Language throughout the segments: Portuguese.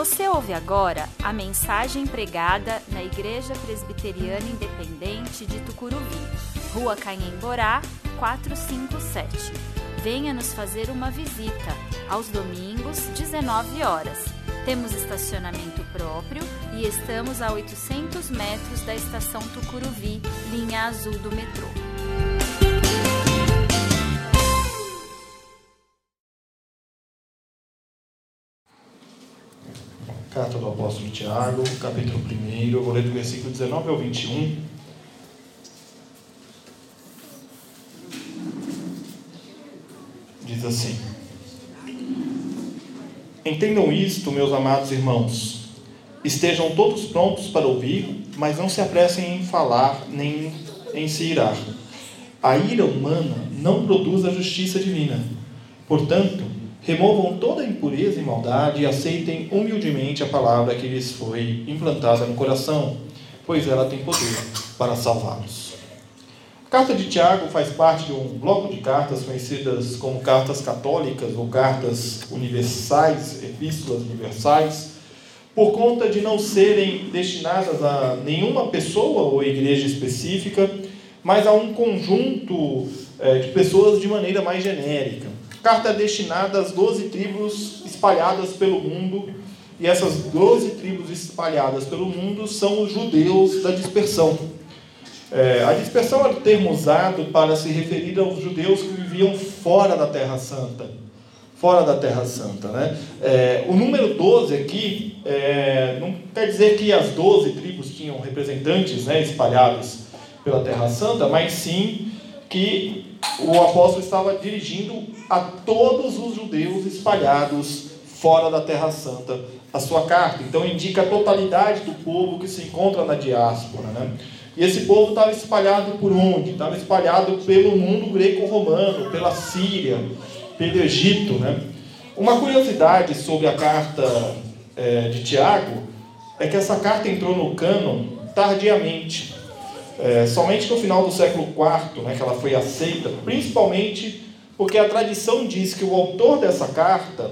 Você ouve agora a mensagem pregada na Igreja Presbiteriana Independente de Tucuruvi, Rua Canhemborá, 457. Venha nos fazer uma visita, aos domingos, 19 horas. Temos estacionamento próprio e estamos a 800 metros da estação Tucuruvi, linha azul do metrô. Carta do apóstolo Tiago, capítulo 1, eu vou ler do versículo 19 ao 21. Diz assim: Entendam isto, meus amados irmãos. Estejam todos prontos para ouvir, mas não se apressem em falar, nem em se irar. A ira humana não produz a justiça divina. Portanto, removam toda a impureza e maldade e aceitem humildemente a palavra que lhes foi implantada no coração, pois ela tem poder para salvá-los. A carta de Tiago faz parte de um bloco de cartas conhecidas como cartas católicas ou cartas universais, epístolas universais, por conta de não serem destinadas a nenhuma pessoa ou igreja específica, mas a um conjunto de pessoas de maneira mais genérica. Carta destinada às 12 tribos espalhadas pelo mundo, e essas 12 tribos espalhadas pelo mundo são os judeus da dispersão. A dispersão é o termo usado para se referir aos judeus que viviam fora da Terra Santa. Fora da Terra Santa, né? O número 12 aqui não quer dizer que as 12 tribos tinham representantes, né, espalhados pela Terra Santa, mas sim que o apóstolo estava dirigindo a todos os judeus espalhados fora da Terra Santa a sua carta. Então indica a totalidade do povo que se encontra na diáspora, né? E esse povo estava espalhado por onde? Estava espalhado pelo mundo greco-romano, pela Síria, pelo Egito, né? Uma curiosidade sobre a carta de Tiago é que essa carta entrou no cânon tardiamente. Somente no final do século IV, né, que ela foi aceita, principalmente porque a tradição diz que o autor dessa carta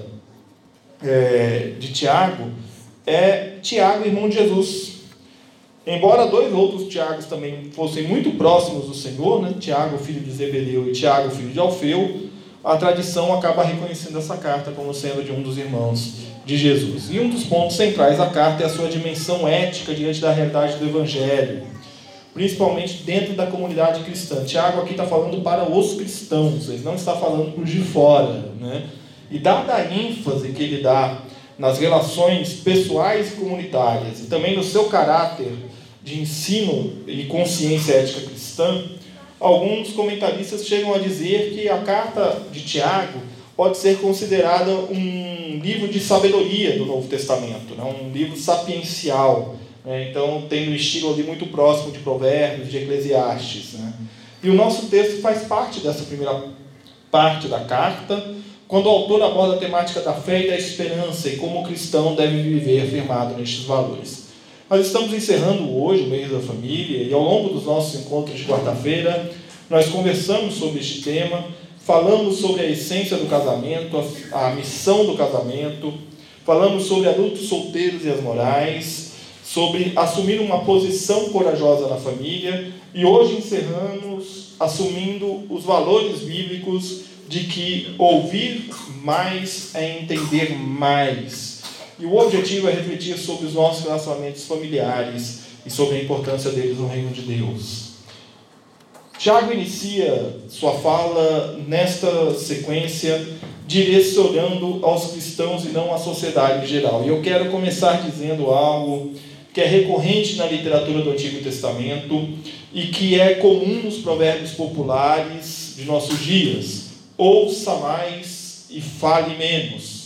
de Tiago é Tiago, irmão de Jesus. Embora dois outros Tiagos também fossem muito próximos do Senhor, né, Tiago, filho de Zebedeu, e Tiago, filho de Alfeu, a tradição acaba reconhecendo essa carta como sendo de um dos irmãos de Jesus. E um dos pontos centrais da carta é a sua dimensão ética diante da realidade do Evangelho, principalmente dentro da comunidade cristã. Tiago aqui está falando para os cristãos, ele não está falando para os de fora, né? E dada a ênfase que ele dá nas relações pessoais e comunitárias, e também no seu caráter de ensino e consciência ética cristã, alguns comentaristas chegam a dizer que a carta de Tiago pode ser considerada um livro de sabedoria do Novo Testamento, né? Um livro sapiencial. Então tem um estilo ali muito próximo de Provérbios, de Eclesiastes, né? E o nosso texto faz parte dessa primeira parte da carta, quando o autor aborda a temática da fé e da esperança e como o cristão deve viver firmado nestes valores. Nós estamos encerrando hoje o mês da família e ao longo dos nossos encontros de quarta-feira nós conversamos sobre este tema, falamos sobre a essência do casamento, a missão do casamento, falamos sobre adultos solteiros e as morais, sobre assumir uma posição corajosa na família, e hoje encerramos assumindo os valores bíblicos de que ouvir mais é entender mais. E o objetivo é refletir sobre os nossos relacionamentos familiares e sobre a importância deles no reino de Deus. Tiago inicia sua fala nesta sequência direcionando aos cristãos e não à sociedade em geral. E eu quero começar dizendo algo que é recorrente na literatura do Antigo Testamento e que é comum nos provérbios populares de nossos dias: ouça mais e fale menos.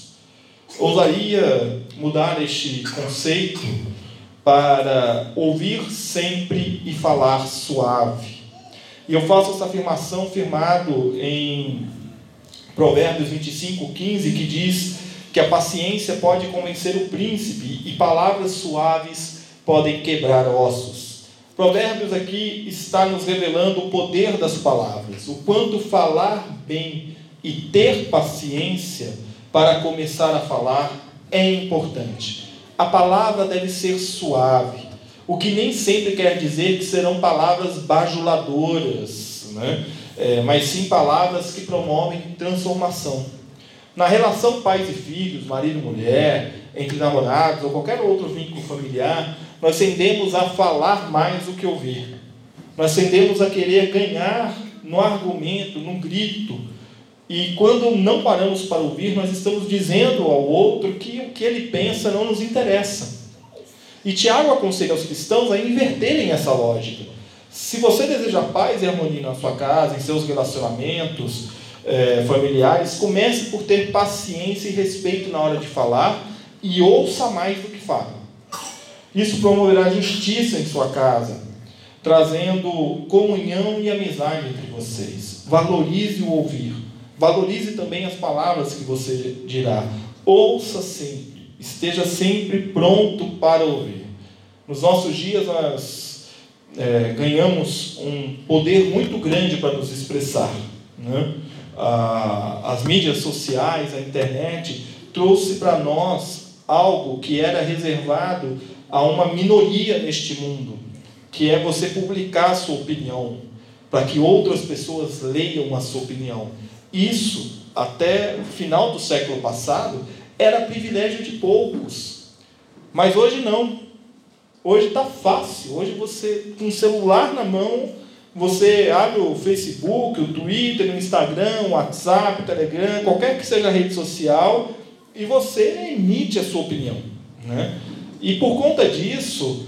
Ousaria mudar este conceito para ouvir sempre e falar suave. E eu faço essa afirmação firmado em Provérbios 25:15, que diz que a paciência pode convencer o príncipe e palavras suaves podem quebrar ossos. Provérbios aqui está nos revelando o poder das palavras, o quanto falar bem e ter paciência para começar a falar é importante. a palavra deve ser suave, o que nem sempre quer dizer que serão palavras bajuladoras, né? Mas sim palavras que promovem transformação. Na relação pais e filhos, marido e mulher, entre namorados ou qualquer outro vínculo familiar, nós tendemos a falar mais do que ouvir. Nós tendemos a querer ganhar no argumento, no grito. E quando não paramos para ouvir, nós estamos dizendo ao outro que o que ele pensa não nos interessa. E Tiago aconselha aos cristãos a inverterem essa lógica. Se você deseja paz e harmonia na sua casa, em seus relacionamentos familiares, comece por ter paciência e respeito na hora de falar e ouça mais do que fala. Isso promoverá justiça em sua casa, trazendo comunhão e amizade entre vocês. Valorize o ouvir. Valorize também as palavras que você dirá. Ouça sempre. Esteja sempre pronto para ouvir. Nos nossos dias nós ganhamos um poder muito grande para nos expressar, né? As mídias sociais, a internet, trouxe para nós algo que era reservado a uma minoria neste mundo, que é você publicar a sua opinião, para que outras pessoas leiam a sua opinião. Isso, até o final do século passado, era privilégio de poucos. Mas hoje não. Hoje está fácil. Hoje você, com o celular na mão, você abre o Facebook, o Twitter, o Instagram, o WhatsApp, o Telegram, qualquer que seja a rede social, e você emite a sua opinião, né? E por conta disso,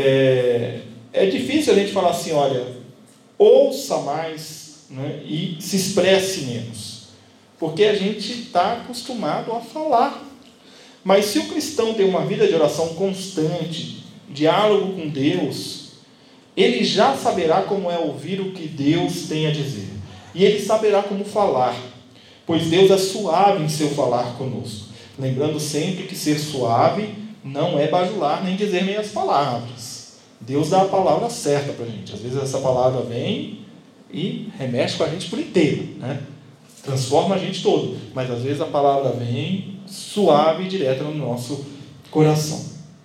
é difícil a gente falar assim, olha, ouça mais, né, e se expresse menos, porque a gente está acostumado a falar. Mas se o cristão tem uma vida de oração constante, diálogo com Deus, ele já saberá como é ouvir o que Deus tem a dizer, e ele saberá como falar, pois Deus é suave em seu falar conosco. Lembrando sempre que ser suave não é bajular nem dizer meias palavras. Deus dá a palavra certa para a gente. Às vezes essa palavra vem e remexe com a gente por inteiro, né? Transforma a gente todo. Mas às vezes a palavra vem suave e direta no nosso coração.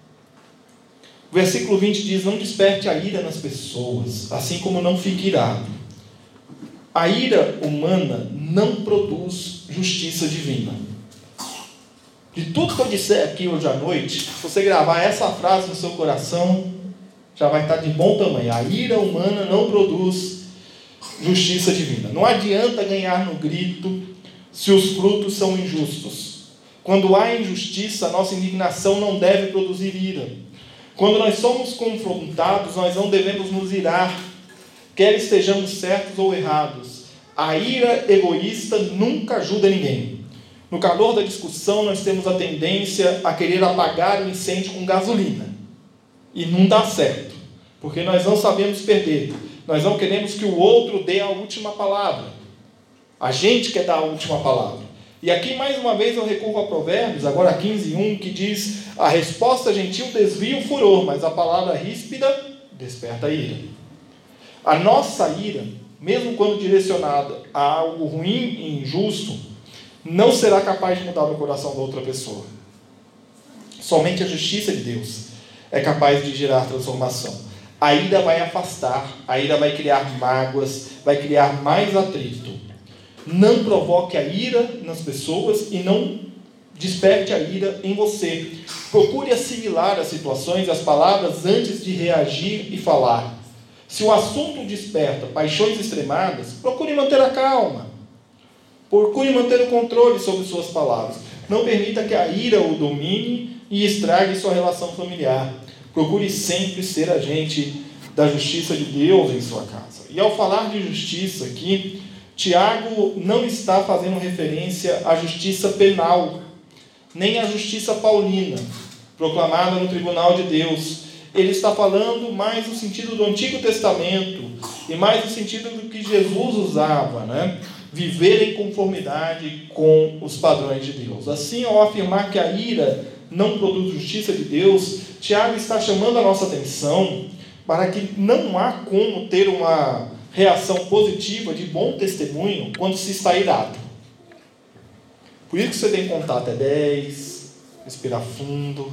O versículo 20 diz: não desperte a ira nas pessoas, assim como não fique irado. A ira humana não produz justiça divina. De tudo que eu disser aqui hoje à noite, se você gravar essa frase no seu coração, já vai estar de bom tamanho. A ira humana não produz justiça divina. Não adianta ganhar no grito se os frutos são injustos. Quando há injustiça, a nossa indignação não deve produzir ira. Quando nós somos confrontados, nós não devemos nos irar, quer estejamos certos ou errados. A ira egoísta nunca ajuda ninguém. No calor da discussão, nós temos a tendência a querer apagar o incêndio com gasolina. E não dá certo, porque nós não sabemos perder. Nós não queremos que o outro dê a última palavra. A gente quer dar a última palavra. E aqui, mais uma vez, eu recorro a Provérbios, agora 15:1, que diz: a resposta gentil desvia o furor, mas a palavra ríspida desperta a ira. A nossa ira, mesmo quando direcionada a algo ruim e injusto, não será capaz de mudar o coração da outra pessoa. Somente a justiça de Deus é capaz de gerar transformação. A ira vai afastar, a ira vai criar mágoas, vai criar mais atrito. Não provoque a ira nas pessoas e não desperte a ira em você. Procure assimilar as situações e as palavras antes de reagir e falar. Se o assunto desperta paixões extremadas, procure manter a calma. Procure manter o controle sobre suas palavras. Não permita que a ira o domine e estrague sua relação familiar. Procure sempre ser agente da justiça de Deus em sua casa. E ao falar de justiça aqui, Tiago não está fazendo referência à justiça penal, nem à justiça paulina, proclamada no tribunal de Deus. Ele está falando mais no sentido do Antigo Testamento e mais no sentido do que Jesus usava, né? Viver em conformidade com os padrões de Deus. Assim, ao afirmar que a ira não produz justiça de Deus, Tiago está chamando a nossa atenção para que não há como ter uma reação positiva de bom testemunho quando se está irado. Por isso que você tem que contar até 10, respirar fundo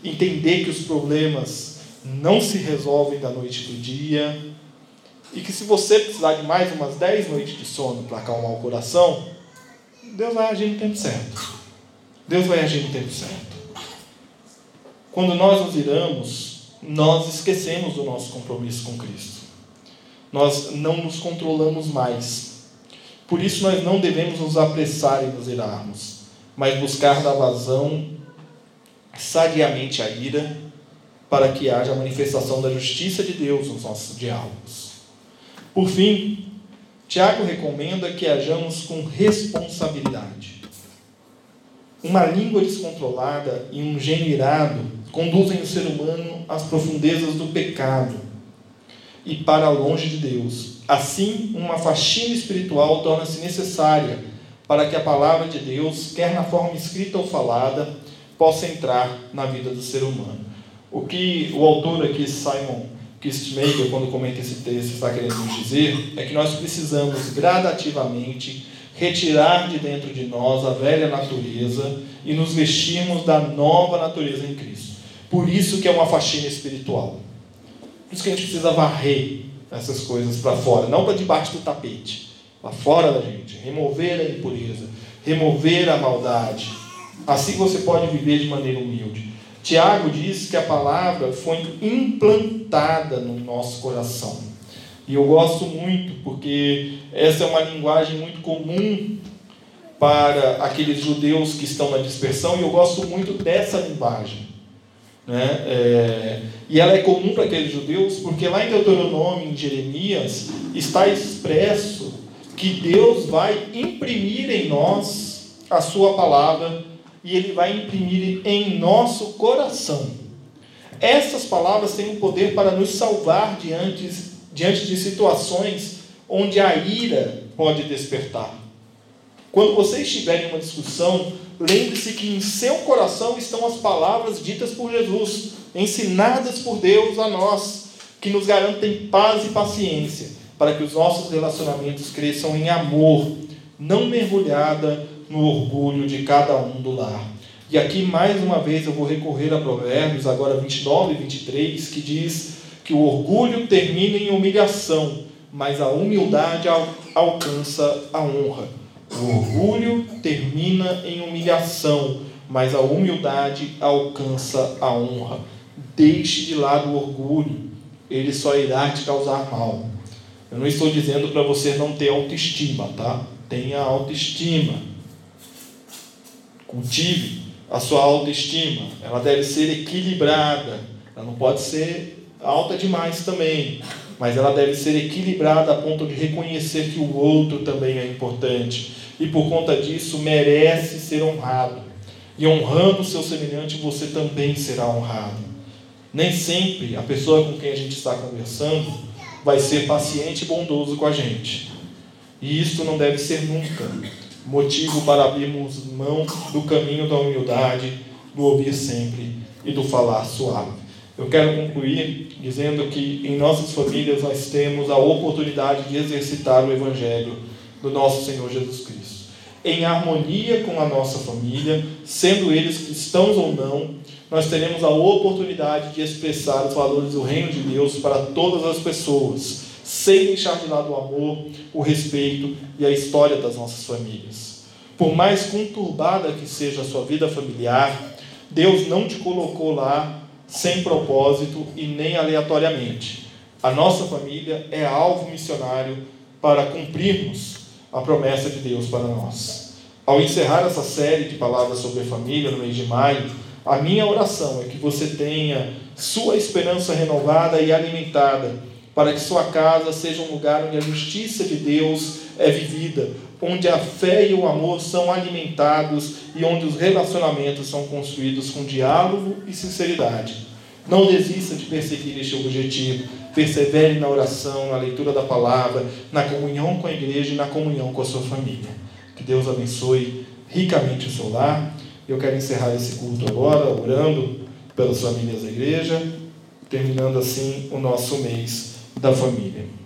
entender que os problemas não se resolvem da noite para o dia, e que se você precisar de mais umas 10 noites de sono para acalmar o coração, Deus vai agir no tempo certo. Deus vai agir no tempo certo. Quando nós nos iramos, nós esquecemos do nosso compromisso com Cristo. Nós não nos controlamos mais. Por isso nós não devemos nos apressar em nos irarmos, mas buscar dar vazão sadiamente à ira, para que haja a manifestação da justiça de Deus nos nossos diálogos. Por fim, Tiago recomenda que hajamos com responsabilidade. Uma língua descontrolada e um gênio irado conduzem o ser humano às profundezas do pecado e para longe de Deus. Assim, uma faxina espiritual torna-se necessária para que a palavra de Deus, quer na forma escrita ou falada, possa entrar na vida do ser humano. O que o autor aqui, Simon Kistemaker, quando comenta esse texto, está querendo nos dizer é que nós precisamos gradativamente retirar de dentro de nós a velha natureza e nos vestirmos da nova natureza em Cristo. Por isso que é uma faxina espiritual. Por isso que a gente precisa varrer essas coisas para fora, não para debaixo do tapete, para fora da gente, remover a impureza, remover a maldade. Assim você pode viver de maneira humilde. Tiago diz que a palavra foi implantada no nosso coração. E eu gosto muito, porque essa é uma linguagem muito comum para aqueles judeus que estão na dispersão, e eu gosto muito dessa linguagem. E ela é comum para aqueles judeus, porque lá em Deuteronômio, em Jeremias, está expresso que Deus vai imprimir em nós a sua palavra, e Ele vai imprimir em nosso coração. Essas palavras têm o poder para nos salvar diante de situações onde a ira pode despertar. Quando você estiver em uma discussão, lembre-se que em seu coração estão as palavras ditas por Jesus, ensinadas por Deus a nós, que nos garantem paz e paciência, para que os nossos relacionamentos cresçam em amor, não mergulhada no orgulho de cada um do lar. E aqui, mais uma vez, eu vou recorrer a Provérbios, agora 29 e 23, que diz que o orgulho termina em humilhação, mas a humildade alcança a honra. O orgulho termina em humilhação, mas a humildade alcança a honra. Deixe de lado o orgulho, ele só irá te causar mal. Eu não estou dizendo para você não ter autoestima, tá? Tenha autoestima. Cultive a sua autoestima. Ela deve ser equilibrada. Ela não pode ser alta demais também, mas ela deve ser equilibrada a ponto de reconhecer que o outro também é importante. E por conta disso merece ser honrado. E honrando o seu semelhante, você também será honrado. Nem sempre a pessoa com quem a gente está conversando vai ser paciente e bondoso com a gente. E isso não deve ser nunca motivo para abrirmos mão do caminho da humildade, do ouvir sempre e do falar suave. Eu quero concluir dizendo que em nossas famílias nós temos a oportunidade de exercitar o Evangelho do nosso Senhor Jesus Cristo. Em harmonia com a nossa família, sendo eles cristãos ou não, nós teremos a oportunidade de expressar os valores do reino de Deus para todas as pessoas, sem deixar de lado o amor, o respeito e a história das nossas famílias. Por mais conturbada que seja a sua vida familiar, Deus não te colocou lá sem propósito e nem aleatoriamente. A nossa família é alvo missionário para cumprirmos a promessa de Deus para nós. Ao encerrar essa série de palavras sobre a família no mês de maio, a minha oração é que você tenha sua esperança renovada e alimentada, para que sua casa seja um lugar onde a justiça de Deus é vivida, onde a fé e o amor são alimentados e onde os relacionamentos são construídos com diálogo e sinceridade. Não desista de perseguir este objetivo. Persevere na oração, na leitura da palavra, na comunhão com a igreja e na comunhão com a sua família. Que Deus abençoe ricamente o seu lar. Eu quero encerrar esse culto agora, orando pelas famílias da igreja, terminando assim o nosso mês da família.